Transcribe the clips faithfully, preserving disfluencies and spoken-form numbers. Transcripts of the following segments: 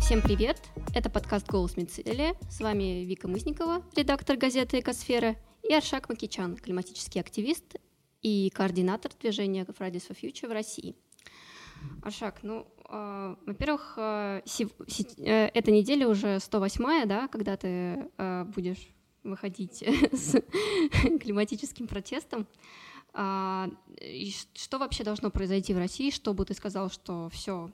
Всем привет! Это подкаст «Голос Мицелия». С вами Вика Мысникова, редактор газеты «Экосфера», и Аршак Макичан, климатический активист и координатор движения Fridays for Future в России. Аршак, ну, э, во-первых, э, сев, се, э, эта неделя уже сто восьмая, да, когда ты э, будешь выходить с климатическим протестом. Э, что вообще должно произойти в России, чтобы ты сказал, что все,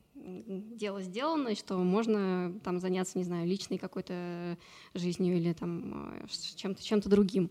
дело сделано, и что можно там заняться, не знаю, личной какой-то жизнью или там чем-то, чем-то другим?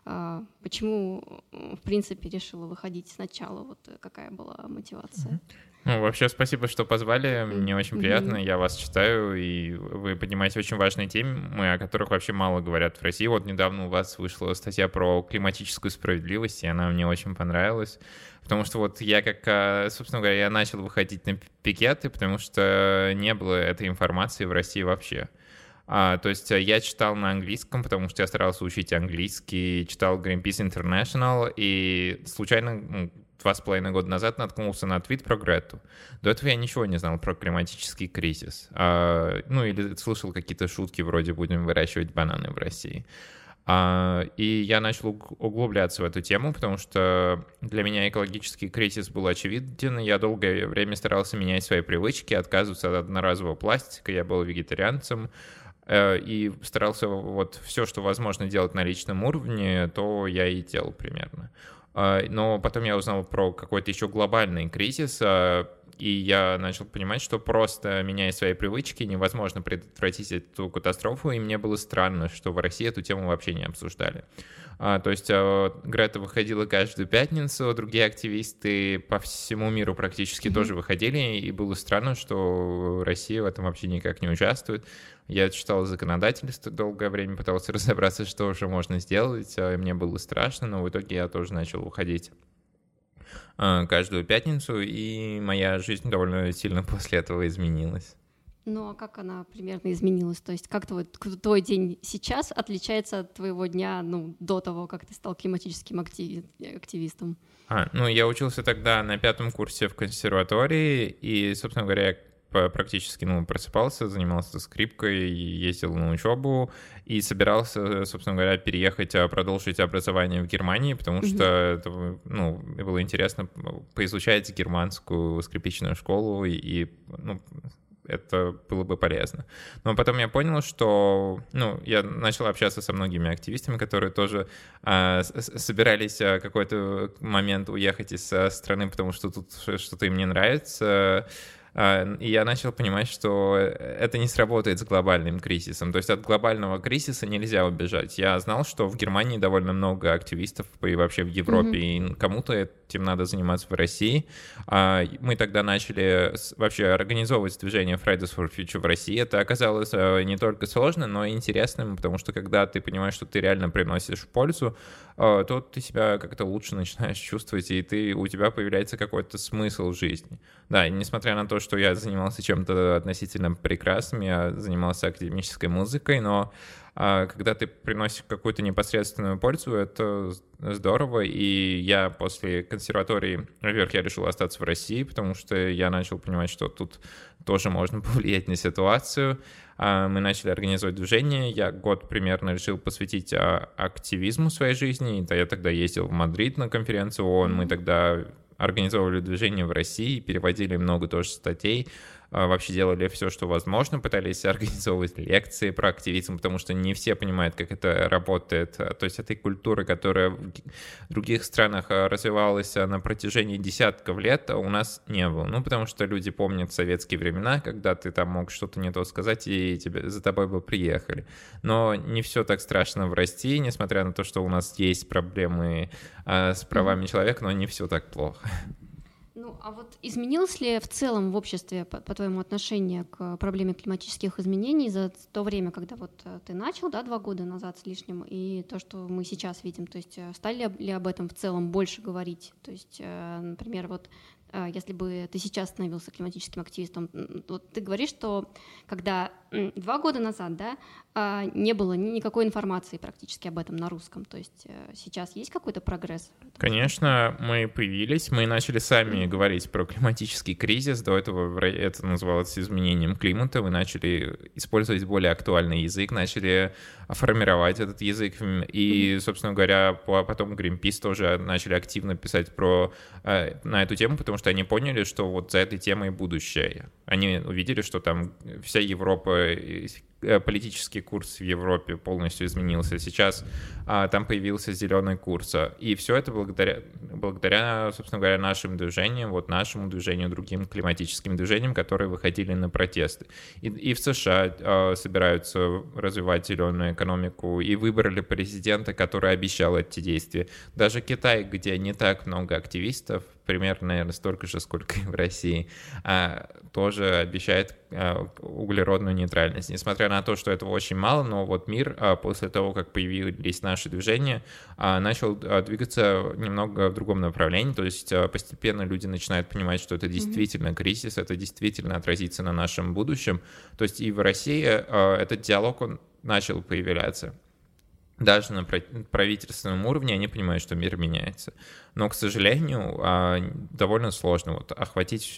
Почему, в принципе, решила выходить сначала? Вот какая была мотивация? Ну, вообще, спасибо, что позвали. Мне очень приятно. Я вас читаю, и вы поднимаете очень важные темы, о которых вообще мало говорят в России. Вот недавно у вас вышла статья про климатическую справедливость, и она мне очень понравилась. Потому что вот я, как, собственно говоря, я начал выходить на пикеты, потому что не было этой информации в России вообще. А, то есть я читал на английском, потому что я старался учить английский, читал Greenpeace International, и случайно два с половиной года назад наткнулся на твит про Грету. До этого я ничего не знал про климатический кризис. А, ну или слышал какие-то шутки вроде «будем выращивать бананы в России». Uh, и я начал углубляться в эту тему, потому что для меня экологический кризис был очевиден. Я долгое время старался менять свои привычки, отказываться от одноразового пластика. Я был вегетарианцем uh, и старался вот все, что возможно делать на личном уровне, то я и делал примерно. Uh, но потом я узнал про какой-то еще глобальный кризис, uh, и я начал понимать, что просто меняя свои привычки невозможно предотвратить эту катастрофу, и мне было странно, что в России эту тему вообще не обсуждали. А, то есть а, Грета выходила каждую пятницу, другие активисты по всему миру практически mm-hmm. тоже выходили, и было странно, что Россия в этом вообще никак не участвует. Я читал законодательство долгое время, пытался разобраться, что уже можно сделать, и мне было страшно, но в итоге я тоже начал выходить каждую пятницу, и моя жизнь довольно сильно после этого изменилась. Ну, а как она примерно изменилась? То есть как твой, твой день сейчас отличается от твоего дня, ну, до того, как ты стал климатическим активи- активистом? А, ну, я учился тогда на пятом курсе в консерватории, и, собственно говоря, я практически, ну, просыпался, занимался скрипкой, ездил на учебу и собирался, собственно говоря, переехать, продолжить образование в Германии, потому mm-hmm. что это, ну, было интересно поизучать германскую скрипичную школу, и, и ну, это было бы полезно. Но потом я понял, что, ну, я начал общаться со многими активистами, которые тоже а, с- собирались в какой-то момент уехать из страны, потому что тут что-то им не нравится. И я начал понимать, что это не сработает с глобальным кризисом. То есть от глобального кризиса нельзя убежать. Я знал, что в Германии довольно много активистов, и вообще в Европе, mm-hmm. и кому-то этим надо заниматься в России. Мы тогда начали вообще организовывать движение Fridays for Future в России. Это оказалось не только сложно, но и интересным, потому что когда ты понимаешь, что ты реально приносишь пользу, то ты себя как-то лучше начинаешь чувствовать, и ты, у тебя появляется какой-то смысл в жизни. Да, и несмотря на то, что я занимался чем-то относительно прекрасным, я занимался академической музыкой, но а, когда ты приносишь какую-то непосредственную пользу, это здорово, и я после консерватории, во-первых, я решил остаться в России, потому что я начал понимать, что тут тоже можно повлиять на ситуацию. А, мы начали организовать движение, я год примерно решил посвятить а, активизму своей жизни, и я тогда ездил в Мадрид на конференцию ООН, мы тогда организовывали движение в России, переводили много тоже статей, вообще делали все, что возможно, пытались организовывать лекции про активизм, потому что не все понимают, как это работает. То есть этой культуры, которая в других странах развивалась на протяжении десятков лет, у нас не было. Ну, потому что люди помнят советские времена, когда ты там мог что-то не то сказать, и тебе, за тобой бы приехали. Но не все так страшно в России, несмотря на то, что у нас есть проблемы э, с правами человека, но не все так плохо. Ну, а вот изменилось ли в целом в обществе, по, по твоему отношению к проблеме климатических изменений за то время, когда вот ты начал, да, два года назад с лишним, и то, что мы сейчас видим? То есть стали ли об этом в целом больше говорить? То есть, например, вот если бы ты сейчас становился климатическим активистом? Вот ты говоришь, что когда два года назад, да, не было никакой информации практически об этом на русском, то есть сейчас есть какой-то прогресс? Конечно, мы появились, мы начали сами говорить про климатический кризис, до этого это называлось изменением климата, мы начали использовать более актуальный язык, начали формировать этот язык, и, собственно говоря, потом Greenpeace тоже начали активно писать про, на эту тему, потому что они поняли, что вот за этой темой будущее. Они увидели, что там вся Европа, политический курс в Европе полностью изменился. Сейчас а, там появился зеленый курс. И все это благодаря, благодаря, собственно говоря, нашим движениям, вот нашему движению, другим климатическим движениям, которые выходили на протесты. И, и в США а, собираются развивать зеленую экономику, и выбрали президента, который обещал эти действия. Даже Китай, где не так много активистов, примерно, наверное, столько же, сколько и в России, а, тоже обещает а, углеродную нейтральность. Несмотря на то, что этого очень мало, но вот мир а, после того, как появились наши движения, а, начал а, двигаться немного в другом направлении, то есть а, постепенно люди начинают понимать, что это действительно кризис, это действительно отразится на нашем будущем. То есть и в России а, этот диалог, он начал появляться. Даже на правительственном уровне они понимают, что мир меняется. Но, к сожалению, довольно сложно вот охватить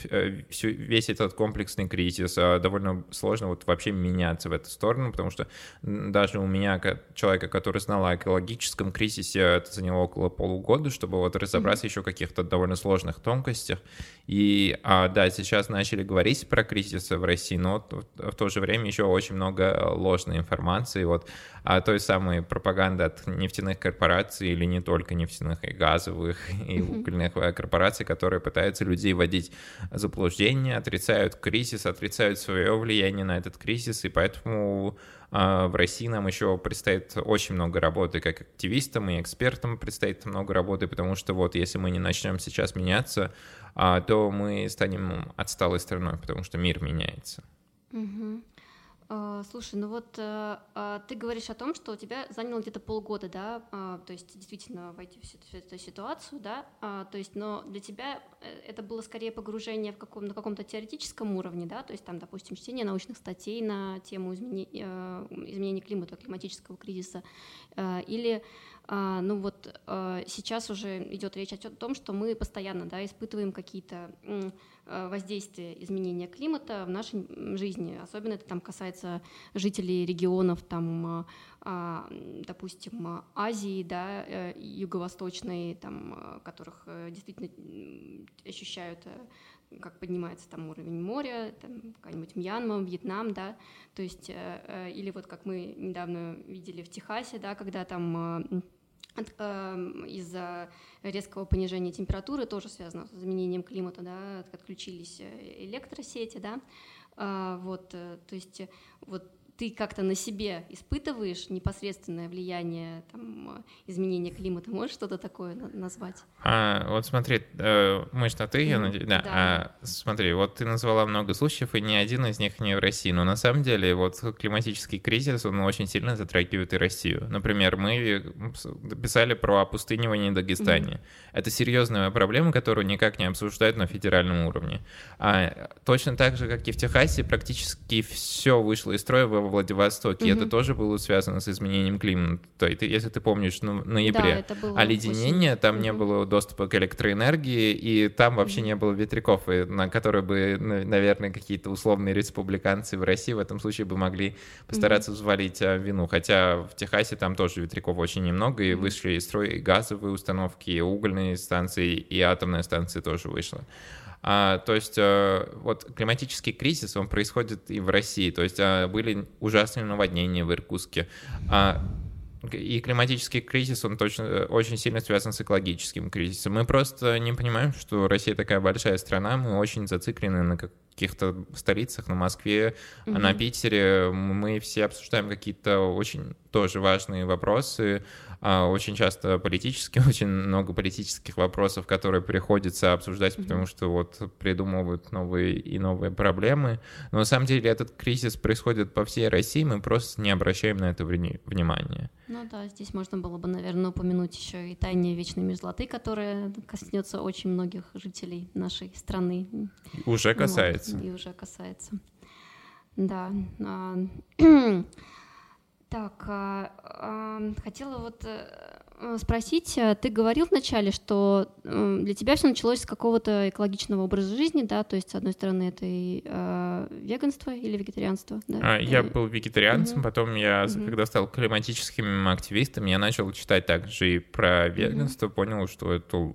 весь этот комплексный кризис, довольно сложно вот вообще меняться в эту сторону, потому что даже у меня, как человека, который знал о экологическом кризисе, это заняло около полугода, чтобы вот разобраться mm-hmm. еще в каких-то довольно сложных тонкостях. И да, сейчас начали говорить про кризис в России, но в то же время еще очень много ложной информации, вот той самой пропаганды от нефтяных корпораций или не только нефтяных, и газовых, и угольных корпораций, которые пытаются людей вводить в заблуждение, отрицают кризис, отрицают свое влияние на этот кризис, и поэтому в России нам еще предстоит очень много работы, как активистам и экспертам предстоит много работы, потому что вот если мы не начнем сейчас меняться, то мы станем отсталой страной, потому что мир меняется. Угу. Слушай, ну вот ты говоришь о том, что у тебя заняло где-то полгода, да, то есть действительно войти в всю эту ситуацию, да, то есть, но для тебя это было скорее погружение в каком, на каком-то теоретическом уровне, да, то есть там, допустим, чтение научных статей на тему изменения, изменения климата, климатического кризиса, или ну вот сейчас уже идет речь о том, что мы постоянно, да, испытываем какие-то воздействия изменения климата в нашей жизни. Особенно это там касается жителей регионов, там, допустим, Азии, да, юго-восточной, там, которых действительно ощущают, как поднимается там уровень моря, там, какая-нибудь Мьянма, Вьетнам, да, то есть, или вот как мы недавно видели в Техасе, да, когда там из-за резкого понижения температуры, тоже связано с изменением климата, да, отключились электросети, да, вот, то есть вот ты как-то на себе испытываешь непосредственное влияние там, изменения климата? Можешь что-то такое назвать? А, вот смотри, мы ж на ты, я надеюсь, да. да. А, смотри, вот ты назвала много случаев, и ни один из них не в России, но на самом деле вот климатический кризис, он очень сильно затрагивает и Россию. Например, мы писали про опустынивание в Дагестане. Mm-hmm. Это серьезная проблема, которую никак не обсуждают на федеральном уровне. А, точно так же, как и в Техасе, практически все вышло из строя в Владивостоке. Mm-hmm. Это тоже было связано с изменением климата. И ты, если ты помнишь, ну, в ноябре да, оледенение, очень... там mm-hmm. не было доступа к электроэнергии, и там вообще mm-hmm. не было ветряков, и, на которые бы, наверное, какие-то условные республиканцы в России в этом случае бы могли постараться mm-hmm. взвалить а, вину. Хотя в Техасе там тоже ветряков очень немного, и mm-hmm. вышли из строя и газовые установки, и угольные станции, и атомная станция тоже вышла. А, то есть а, вот климатический кризис, он происходит и в России, то есть а, были ужасные наводнения в Иркутске, а, и климатический кризис, он точно очень сильно связан с экологическим кризисом. Мы просто не понимаем, что Россия такая большая страна, мы очень зациклены на каких-то столицах, на Москве, Mm-hmm. на Питере мы все обсуждаем какие-то очень тоже важные вопросы, очень часто политические, очень много политических вопросов, которые приходится обсуждать, mm-hmm. потому что вот придумывают новые и новые проблемы. Но на самом деле этот кризис происходит по всей России, мы просто не обращаем на это внимания. Ну да, здесь можно было бы, наверное, упомянуть еще и таяние вечной мерзлоты, которое коснется очень многих жителей нашей страны. Уже касается. Вот, и уже касается. Да. Так, хотела вот спросить, ты говорил вначале, что для тебя все началось с какого-то экологичного образа жизни, да, то есть, с одной стороны, это и э, веганство или вегетарианство, да? Я был вегетарианцем, uh-huh. потом я, uh-huh. когда стал климатическим активистом, я начал читать также и про веганство, uh-huh. понял, что это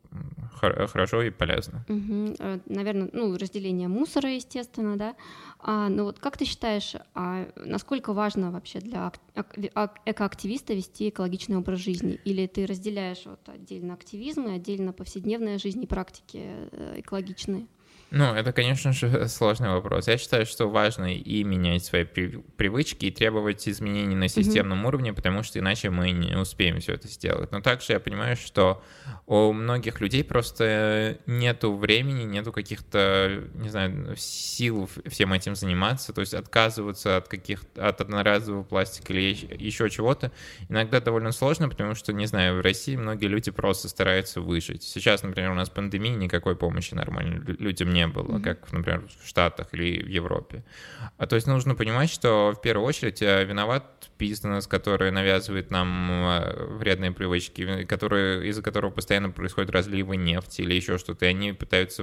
хорошо и полезно. Угу. Наверное, ну, разделение мусора, естественно, да. А, ну вот как ты считаешь, а насколько важно вообще для экоактивиста вести экологичный образ жизни? Или ты разделяешь вот отдельно активизм и отдельно повседневная жизнь и практики экологичные? Ну, это, конечно же, сложный вопрос. Я считаю, что важно и менять свои привычки, и требовать изменений на системном mm-hmm. уровне, потому что иначе мы не успеем все это сделать. Но также я понимаю, что у многих людей просто нету времени, нету каких-то, не знаю, сил всем этим заниматься, то есть отказываться от каких-то, от одноразового пластика или еще чего-то. Иногда довольно сложно, потому что, не знаю, в России многие люди просто стараются выжить. Сейчас, например, у нас пандемия, никакой помощи нормальной людям не было, mm-hmm. как, например, в Штатах или в Европе. А, то есть нужно понимать, что в первую очередь виноват бизнес, который навязывает нам вредные привычки, который, из-за которого постоянно происходят разливы нефти или еще что-то, и они пытаются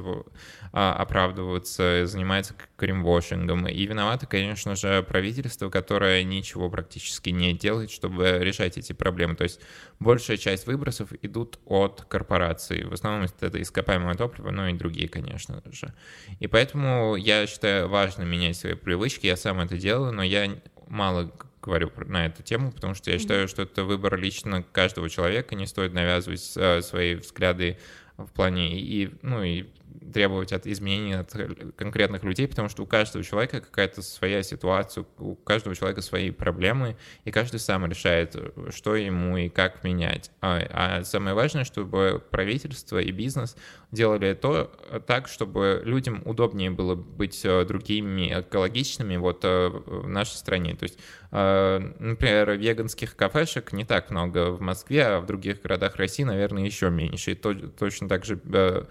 а, оправдываться, занимаются гринвошингом. И виновато, конечно же, правительство, которое ничего практически не делает, чтобы решать эти проблемы. То есть большая часть выбросов идут от корпораций. В основном это ископаемое топливо, но и другие, конечно же. И поэтому я считаю важно менять свои привычки. Я сам это делаю, но я мало говорю на эту тему, потому что я считаю, что это выбор лично каждого человека. Не стоит навязывать свои взгляды в плане и, ну, и требовать от изменений от конкретных людей, потому что у каждого человека какая-то своя ситуация, у каждого человека свои проблемы, и каждый сам решает, что ему и как менять. А, а самое важное, чтобы правительство и бизнес делали то так, чтобы людям удобнее было быть другими экологичными вот в нашей стране. То есть, например, веганских кафешек не так много в Москве, а в других городах России, наверное, еще меньше. И то, точно так же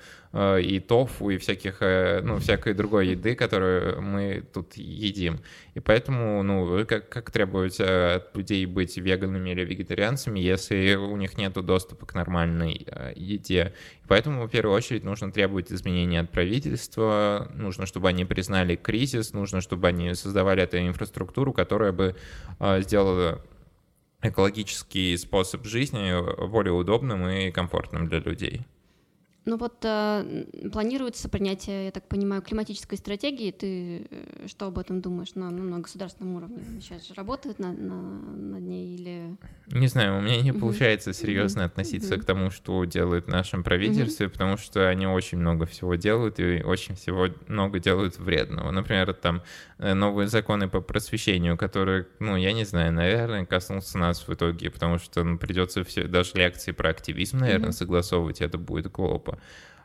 и тофу, и всяких, ну, всякой другой еды, которую мы тут едим. И поэтому, ну, как, как требовать от людей быть веганами или вегетарианцами, если у них нет доступа к нормальной еде? И поэтому, в первую очередь, нужно требовать изменений от правительства, нужно, чтобы они признали кризис, нужно, чтобы они создавали эту инфраструктуру, которая бы сделала экологический способ жизни более удобным и комфортным для людей. Ну вот э, планируется принятие, я так понимаю, климатической стратегии. Ты что об этом думаешь на, ну, на государственном уровне? Сейчас же работают на, на, над ней или... Не знаю, у меня не uh-huh. получается серьезно uh-huh. относиться uh-huh. к тому, что делают в нашем правительстве, uh-huh. потому что они очень много всего делают и очень всего много делают вредного. Например, там новые законы по просвещению, которые, ну, я не знаю, наверное, коснутся нас в итоге, потому что ну, придется все, даже лекции про активизм, наверное, uh-huh. согласовывать, это будет глупо.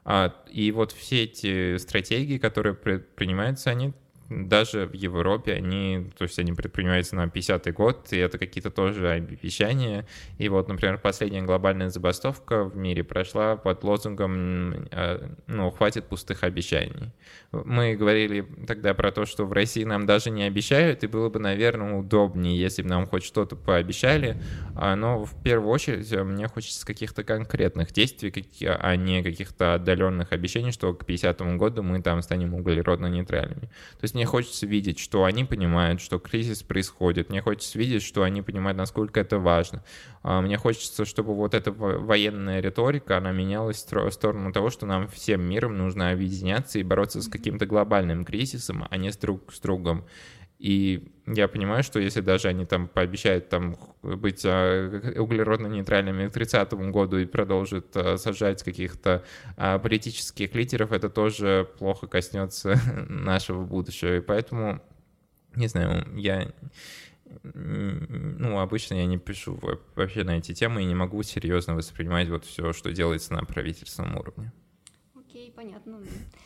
И вот все эти стратегии, которые принимаются, они даже в Европе, они, то есть они предпринимаются на пятидесятый год, и это какие-то тоже обещания. И вот, например, последняя глобальная забастовка в мире прошла под лозунгом «ну, хватит пустых обещаний». Мы говорили тогда про то, что в России нам даже не обещают, и было бы, наверное, удобнее, если бы нам хоть что-то пообещали, но в первую очередь мне хочется каких-то конкретных действий, а не каких-то отдаленных обещаний, что к пятидесятому году мы там станем углеродно-нейтральными. То есть мне хочется видеть, что они понимают, что кризис происходит. Мне хочется видеть, что они понимают, насколько это важно. Мне хочется, чтобы вот эта военная риторика, она менялась в сторону того, что нам всем миром нужно объединяться и бороться с каким-то глобальным кризисом, а не с друг с другом. И я понимаю, что если даже они там пообещают там быть углеродно-нейтральными к тридцатому году и продолжат сажать каких-то политических лидеров, это тоже плохо коснется нашего будущего. И поэтому, не знаю, я... Ну, обычно я не пишу вообще на эти темы и не могу серьезно воспринимать вот все, что делается на правительственном уровне. Окей, понятно.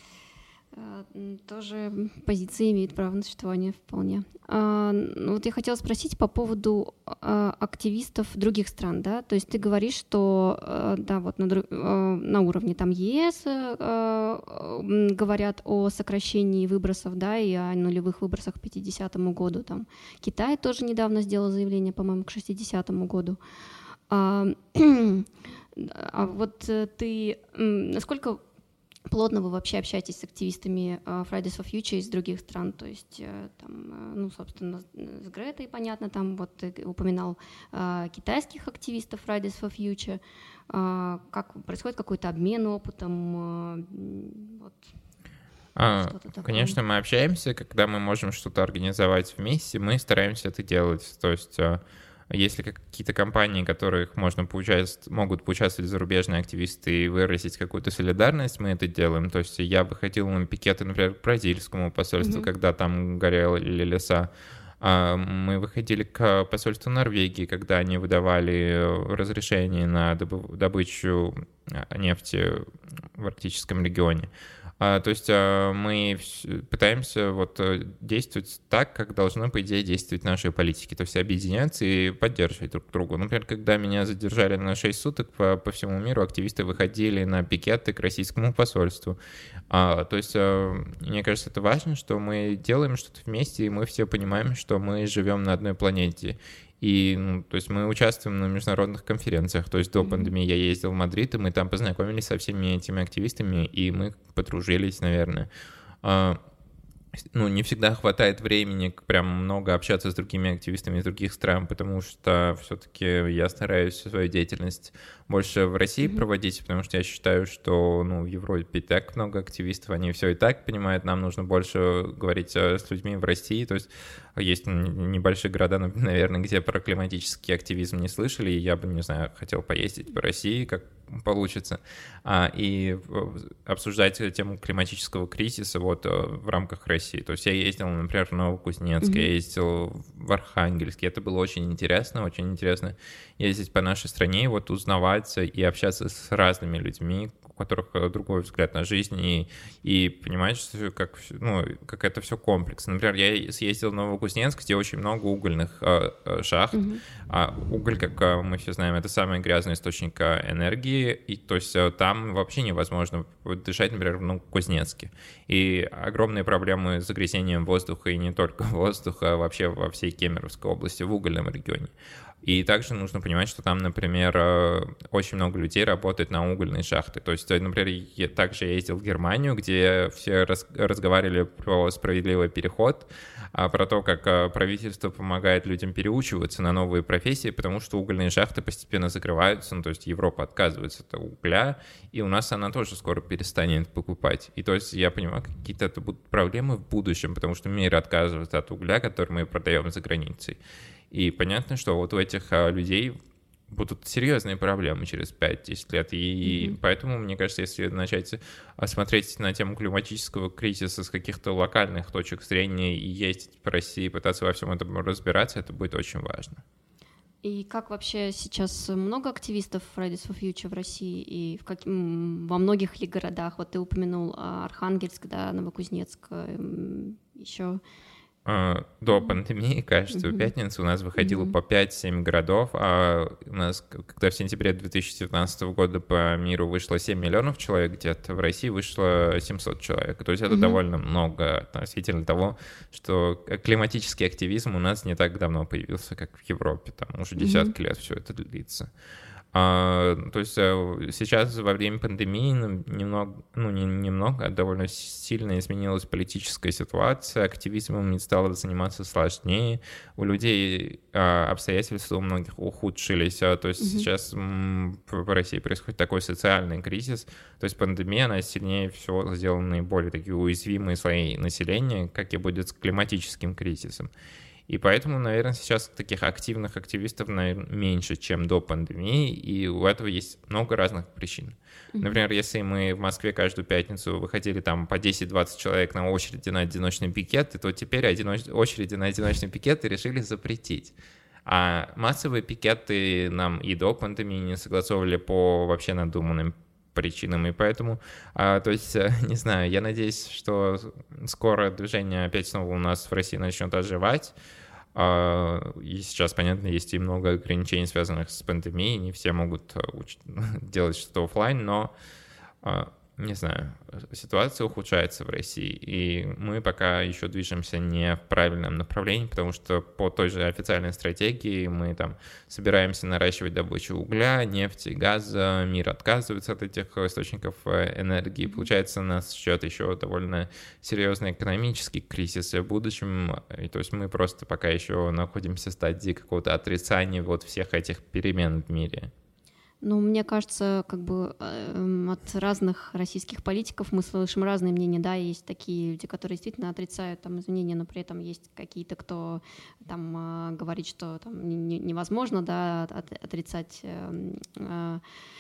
Тоже позиция имеет право на существование вполне. Вот я хотела спросить по поводу активистов других стран, да, то есть ты говоришь, что да, вот на, на уровне там ЕС говорят о сокращении выбросов, да, и о нулевых выбросах к пятидесятому году, там Китай тоже недавно сделал заявление, по-моему, к шестидесятому году. А, а вот ты насколько плотно вы вообще общаетесь с активистами Fridays for Future из других стран, то есть, там, ну, собственно, с Гретой, понятно, там вот ты упоминал китайских активистов Fridays for Future, как происходит какой-то обмен опытом, вот, а, конечно, мы общаемся, когда мы можем что-то организовать вместе, мы стараемся это делать, то есть... Если какие-то компании, которых можно поучаствовать, могут поучаствовать зарубежные активисты и выразить какую-то солидарность, мы это делаем. То есть я выходил на пикеты, например, к бразильскому посольству, mm-hmm. когда там горели леса. Мы выходили к посольству Норвегии, когда они выдавали разрешение на добычу нефти в арктическом регионе. То есть мы пытаемся вот действовать так, как должны, по идее, действовать наши политики. То есть объединяться и поддерживать друг друга. Например, когда меня задержали на шесть суток по, по всему миру, активисты выходили на пикеты к российскому посольству. То есть мне кажется, это важно, что мы делаем что-то вместе, и мы все понимаем, что мы живем на одной планете. И, ну, то есть мы участвуем на международных конференциях. То есть до mm-hmm. пандемии я ездил в Мадрид, и мы там познакомились со всеми этими активистами, и мы подружились, наверное. Ну, не всегда хватает времени прям много общаться с другими активистами из других стран, потому что все-таки я стараюсь свою деятельность больше в России mm-hmm. проводить, потому что я считаю, что ну, в Европе и так много активистов, они все и так понимают, нам нужно больше говорить с людьми в России, то есть есть небольшие города, наверное, где про климатический активизм не слышали, и я бы, не знаю, хотел поездить по России, как получится, и обсуждать тему климатического кризиса вот в рамках России. То есть я ездил, например, в Новокузнецк, mm-hmm. я ездил в Архангельск, это было очень интересно, очень интересно ездить по нашей стране, вот узнавать и общаться с разными людьми, у которых другой взгляд на жизнь, и, и понимать, что как, ну, как это все комплексно. Например, я съездил в Новокузнецк, где очень много угольных э, шахт. Mm-hmm. А уголь, как мы все знаем, это самый грязный источник энергии, и то есть там вообще невозможно дышать, например, в Новокузнецке. И огромные проблемы с загрязнением воздуха, и не только воздуха, а вообще во всей Кемеровской области, в угольном регионе. И также нужно понимать, что там, например, очень много людей работает на угольные шахты. То есть, например, я также ездил в Германию, где все раз, разговаривали про справедливый переход, а про то, как правительство помогает людям переучиваться на новые профессии, потому что угольные шахты постепенно закрываются, ну, то есть Европа отказывается от угля, и у нас она тоже скоро перестанет покупать. И то есть я понимаю, какие-то это будут проблемы в будущем, потому что мир отказывается от угля, который мы продаем за границей. И понятно, что вот у этих а, людей будут серьезные проблемы через пять-десять лет. И mm-hmm. поэтому, мне кажется, если начать смотреть на тему климатического кризиса с каких-то локальных точек зрения и ездить по России, пытаться во всем этом разбираться, это будет очень важно. И как вообще сейчас много активистов Fridays for Future в России и в как... во многих ли городах? Вот ты упомянул Архангельск, да, Новокузнецк, еще... До пандемии, кажется, mm-hmm. в пятницу у нас выходило mm-hmm. по пять-семь городов, а у нас, когда в сентябре две тысячи девятнадцатого года по миру вышло семь миллионов человек, где-то в России вышло семьсот человек. То есть это mm-hmm. довольно много относительно того, что климатический активизм у нас не так давно появился, как в Европе, там уже десятки mm-hmm. лет все это длится. А, то есть сейчас во время пандемии немного, ну не немного, а довольно сильно изменилась политическая ситуация, активизмом стало заниматься сложнее, у людей а, обстоятельства у многих ухудшились, то есть mm-hmm. сейчас м, в России происходит такой социальный кризис, то есть пандемия, она сильнее всего сделала наиболее такие уязвимые слои населения, как и будет с климатическим кризисом. И поэтому, наверное, сейчас таких активных активистов, наверное, меньше, чем до пандемии, и у этого есть много разных причин. Mm-hmm. Например, если мы в Москве каждую пятницу выходили там по десять-двадцать человек на очереди на одиночный пикет, то теперь одиноч... очереди на одиночный пикет решили запретить. А массовые пикеты нам и до пандемии не согласовывали по вообще надуманным причинам, и поэтому, а, то есть, не знаю, я надеюсь, что скоро движение опять снова у нас в России начнет оживать, а, и сейчас, понятно, есть и много ограничений, связанных с пандемией, не все могут уч- делать что-то офлайн, но, а, не знаю, ситуация ухудшается в России, и мы пока еще движемся не в правильном направлении, потому что по той же официальной стратегии мы там собираемся наращивать добычу угля, нефти, газа, мир отказывается от этих источников энергии, получается, нас ждет еще довольно серьезный экономический кризис в будущем, и то есть мы просто пока еще находимся в стадии какого-то отрицания вот всех этих перемен в мире. Ну, мне кажется, как бы э, от разных российских политиков мы слышим разные мнения, да, есть такие люди, которые действительно отрицают там изменения, но при этом есть какие-то, кто там э, говорит, что там не, невозможно, да, от, отрицать э, э,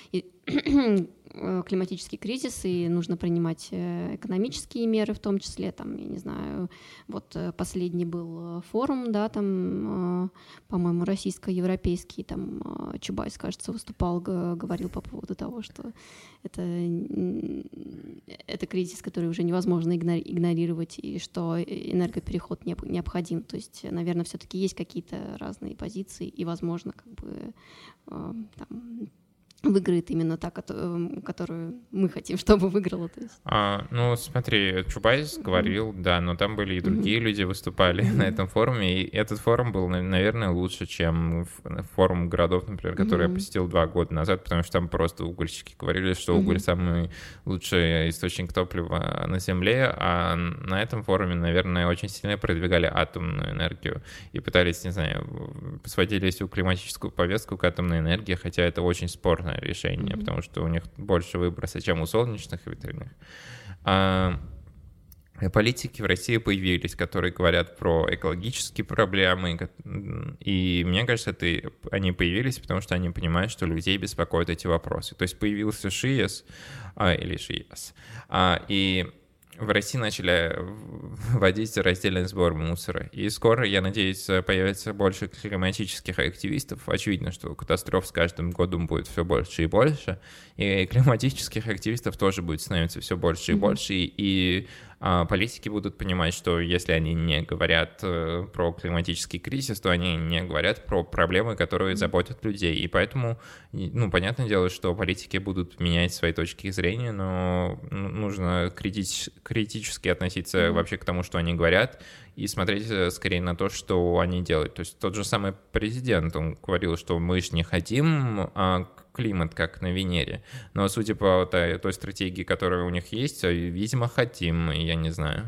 климатический кризис, и нужно принимать экономические меры в том числе, там, я не знаю, вот последний был форум, да, там, по-моему, российско-европейский, там Чубайс, кажется, выступал, говорил по поводу того, что это, это кризис, который уже невозможно игнорировать, и что энергопереход необходим, то есть, наверное, все-таки есть какие-то разные позиции, и, возможно, как бы там выиграет именно та, которую мы хотим, чтобы выиграла. То есть. А, ну, смотри, Чубайс mm-hmm. говорил, да, но там были и другие mm-hmm. люди выступали mm-hmm. на этом форуме, и этот форум был, наверное, лучше, чем форум городов, например, который mm-hmm. я посетил два года назад, потому что там просто угольщики говорили, что уголь mm-hmm. самый лучший источник топлива на Земле, а на этом форуме, наверное, очень сильно продвигали атомную энергию и пытались, не знаю, сводили всю климатическую повестку к атомной энергии, хотя это очень спорно решение, mm-hmm. потому что у них больше выброса, чем у солнечных и ветряных. А, политики в России появились, которые говорят про экологические проблемы, и мне кажется, это, они появились, потому что они понимают, что людей беспокоят эти вопросы. То есть появился ШИЭС, а, или ШИЭС, а, и в России начали вводить раздельный сбор мусора. И скоро, я надеюсь, появится больше климатических активистов. Очевидно, что катастроф с каждым годом будет все больше и больше. И климатических активистов тоже будет становиться все больше и mm-hmm. больше. И, и а, политики будут понимать, что если они не говорят э, про климатический кризис, то они не говорят про проблемы, которые mm-hmm. заботят людей. И поэтому, ну, понятное дело, что политики будут менять свои точки зрения, но нужно критически критически относиться mm-hmm. вообще к тому, что они говорят, и смотреть скорее на то, что они делают. То есть тот же самый президент, он говорил, что мы же не хотим а, климат, как на Венере, но судя по той, той стратегии, которая у них есть, видимо, хотим, я не знаю.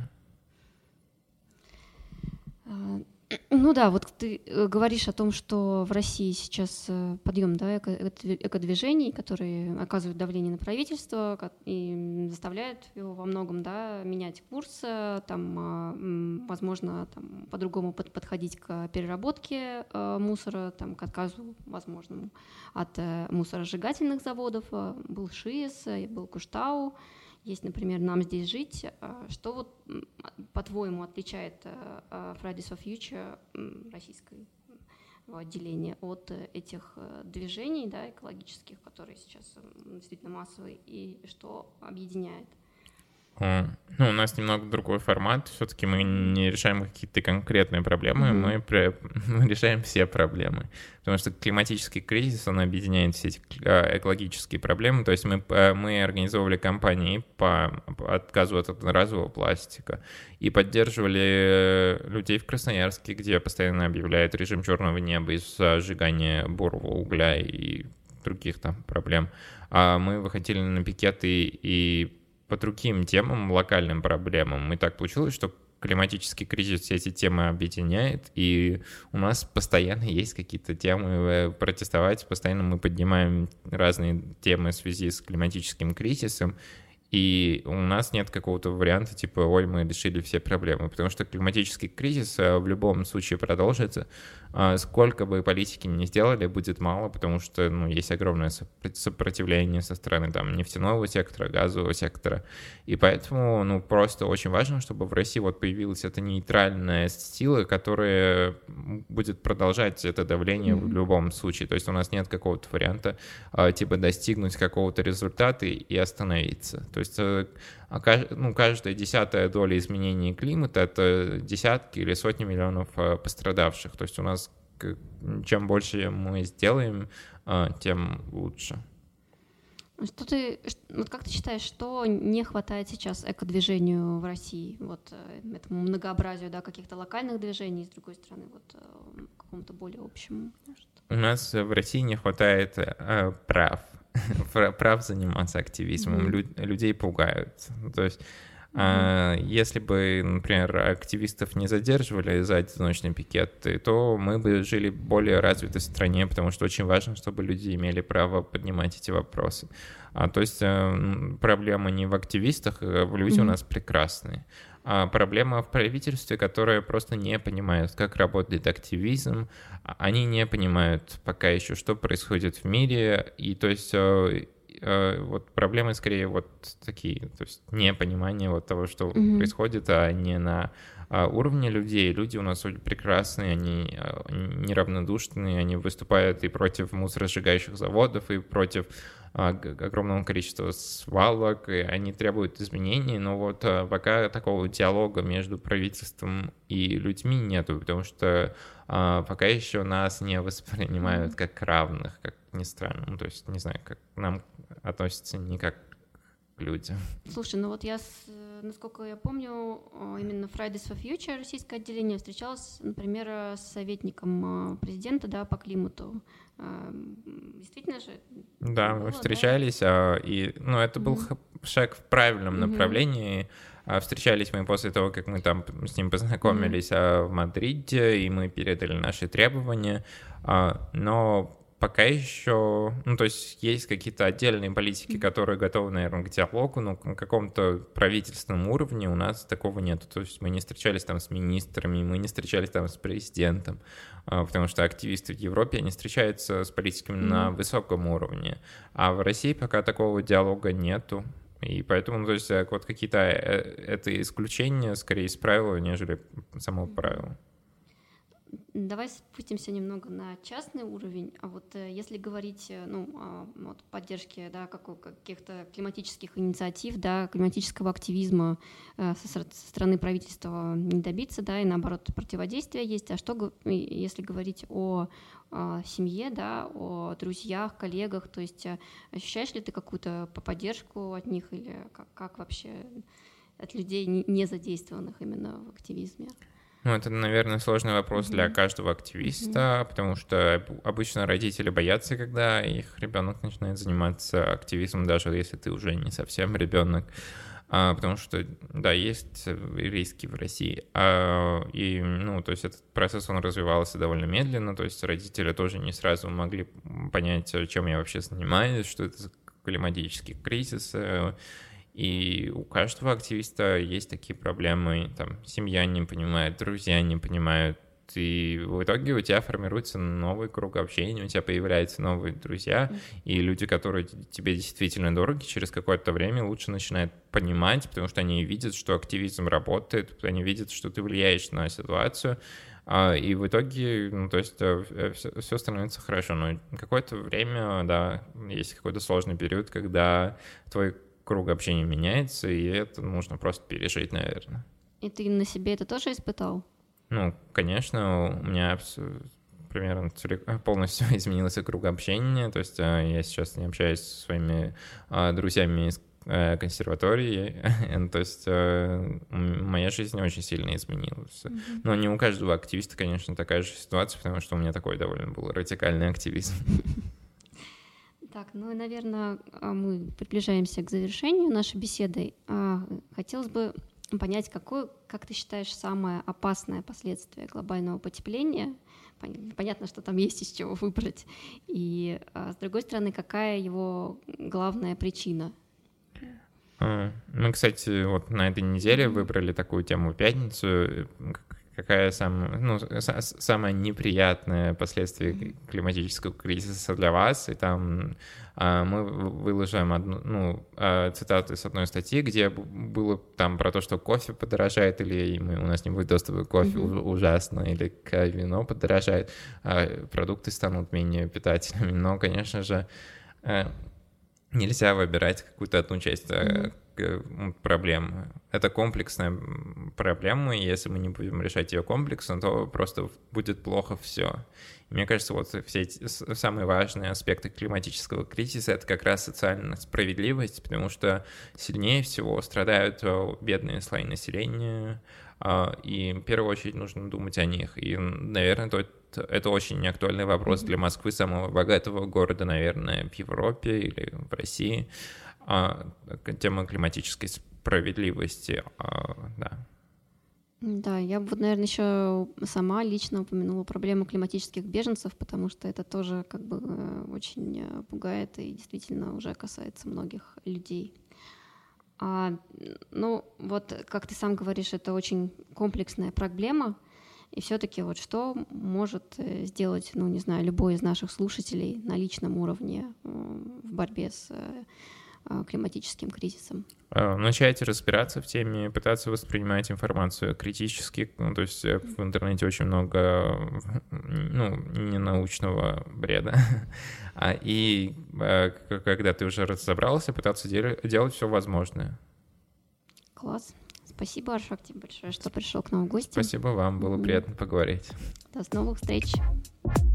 Ну да, вот ты говоришь о том, что в России сейчас подъем, да, экодвижений, которые оказывают давление на правительство и заставляют его во многом, да, менять курс, там, возможно, там, по-другому подходить к переработке мусора, там, к отказу возможному от мусоросжигательных заводов. Был ШИЭС, был Куштау. Есть, например, «Нам здесь жить». Что вот, по-твоему, отличает Fridays for Future российское отделение от этих движений, да, экологических, которые сейчас действительно массовые, и что объединяет? Ну, у нас немного другой формат. Все-таки мы не решаем какие-то конкретные проблемы, mm-hmm. мы, при... мы решаем все проблемы. Потому что климатический кризис, он объединяет все эти экологические проблемы. То есть мы, мы организовывали кампании по отказу от одноразового пластика и поддерживали людей в Красноярске, где постоянно объявляют режим черного неба из-за сжигания бурого угля и других там проблем. А мы выходили на пикеты и по другим темам, локальным проблемам. И так получилось, что климатический кризис все эти темы объединяет, и у нас постоянно есть какие-то темы протестовать, постоянно мы поднимаем разные темы в связи с климатическим кризисом, и у нас нет какого-то варианта типа «Ой, мы решили все проблемы», потому что климатический кризис в любом случае продолжится. Сколько бы политики ни сделали, будет мало, потому что ну, есть огромное сопротивление со стороны там, нефтяного сектора, газового сектора. И поэтому ну, просто очень важно, чтобы в России вот появилась эта нейтральная сила, которая будет продолжать это давление mm-hmm. в любом случае. То есть у нас нет какого-то варианта типа достигнуть какого-то результата и остановиться. То есть ну, каждая десятая доля изменений климата — это десятки или сотни миллионов пострадавших. То есть у нас чем больше мы сделаем, тем лучше. Что ты, вот как ты считаешь, что не хватает сейчас экодвижению в России? Вот этому многообразию, да, каких-то локальных движений, с другой стороны, вот какому-то более общему? Может? У нас в России не хватает э, прав. прав заниматься активизмом. Mm-hmm. Людей пугают. То есть Mm-hmm. Если бы, например, активистов не задерживали за одиночные пикеты, то мы бы жили в более развитой стране, потому что очень важно, чтобы люди имели право поднимать эти вопросы. А, то есть проблема не в активистах, люди mm-hmm. у нас прекрасные. А проблема в правительстве, которое просто не понимает, как работает активизм. Они не понимают пока еще, что происходит в мире. И то есть вот проблемы скорее вот такие, то есть непонимание вот того, что mm-hmm. происходит, а не на уровне людей. Люди у нас прекрасные, они неравнодушные, они выступают и против мусоросжигающих заводов, и против огромного количества свалок, и они требуют изменений, но вот пока такого диалога между правительством и людьми нету, потому что пока еще нас не воспринимают как равных, как ни странно, ну, то есть, не знаю, как нам относятся не как к людям. Слушай, ну вот я, насколько я помню, именно Fridays for Future, российское отделение, встречалось, например, с советником президента, да, по климату. Действительно же? Да, было, мы встречались, да? и, ну, это был mm-hmm. шаг в правильном mm-hmm. направлении. Встречались мы после того, как мы там с ним познакомились mm-hmm. в Мадриде, и мы передали наши требования, но пока еще, ну, то есть есть какие-то отдельные политики, которые готовы, наверное, к диалогу, но на каком-то правительственном уровне у нас такого нет. То есть мы не встречались там с министрами, мы не встречались там с президентом, потому что активисты в Европе, они встречаются с политиками mm-hmm. на высоком уровне, а в России пока такого диалога нету. И поэтому, то есть, вот какие-то это исключения скорее из правила, нежели само правило. Давай спустимся немного на частный уровень. А вот если говорить ну, о вот, поддержке да, каких-то климатических инициатив, да, климатического активизма со стороны правительства не добиться, да, и наоборот противодействие есть. А что, если говорить о, о семье, да, о друзьях, коллегах, то есть ощущаешь ли ты какую-то поддержку от них или как, как вообще от людей, не задействованных именно в активизме? Ну, это, наверное, сложный вопрос mm-hmm. для каждого активиста, mm-hmm. потому что обычно родители боятся, когда их ребенок начинает заниматься активизмом, даже если ты уже не совсем ребенок, а, потому что, да, есть риски в России. А, и, ну, то есть этот процесс, он развивался довольно медленно, то есть родители тоже не сразу могли понять, чем я вообще занимаюсь, что это за климатический кризис. И у каждого активиста есть такие проблемы, там, семья не понимает, друзья не понимают, и в итоге у тебя формируется новый круг общения, у тебя появляются новые друзья, и люди, которые тебе действительно дороги, через какое-то время лучше начинают понимать, потому что они видят, что активизм работает, они видят, что ты влияешь на ситуацию, и в итоге, ну, то есть все, все становится хорошо, но какое-то время, да, есть какой-то сложный период, когда твой круг общения меняется, и это нужно просто пережить, наверное. И ты на себе это тоже испытал? Ну, конечно, у меня примерно полностью изменился круг общения, то есть я сейчас не общаюсь со своими друзьями из консерватории, то есть моя жизнь очень сильно изменилась. Mm-hmm. Но не у каждого активиста, конечно, такая же ситуация, потому что у меня такой довольно был радикальный активизм. Так, ну и, наверное, мы приближаемся к завершению нашей беседы. Хотелось бы понять, какое, как ты считаешь, самое опасное последствие глобального потепления? Понятно, что там есть из чего выбрать. И, с другой стороны, какая его главная причина? Мы, кстати, вот на этой неделе выбрали такую тему в пятницу. Какая самая, ну, самое неприятное последствие климатического кризиса для вас? И там а, мы выложим одну, ну, а, цитату из одной статьи, где было там про то, что кофе подорожает, или мы, у нас не будет доступа к кофе, mm-hmm. ужасно, или к вино подорожает, а продукты станут менее питательными. Но, конечно же, нельзя выбирать какую-то одну часть mm-hmm. проблем. Это комплексная проблема, и если мы не будем решать ее комплексно, то просто будет плохо все. И мне кажется, вот все эти самые важные аспекты климатического кризиса — это как раз социальная справедливость, потому что сильнее всего страдают бедные слои населения, и в первую очередь нужно думать о них. И, наверное, это Это очень актуальный вопрос для Москвы, самого богатого города, наверное, в Европе или в России. А, тема климатической справедливости, а, да. Да, я бы, наверное, еще сама лично упомянула проблему климатических беженцев, потому что это тоже как бы очень пугает и действительно уже касается многих людей. А, ну, вот, как ты сам говоришь, это очень комплексная проблема. И все-таки вот что может сделать, ну, не знаю, любой из наших слушателей на личном уровне в борьбе с климатическим кризисом? Начать разбираться в теме, пытаться воспринимать информацию критически. Ну, то есть в интернете очень много, ну, ненаучного бреда. И когда ты уже разобрался, пытаться делать все возможное. Класс. Спасибо, Аршак, тебе большое, что пришел к нам в гости. Спасибо вам, было приятно поговорить. До новых встреч.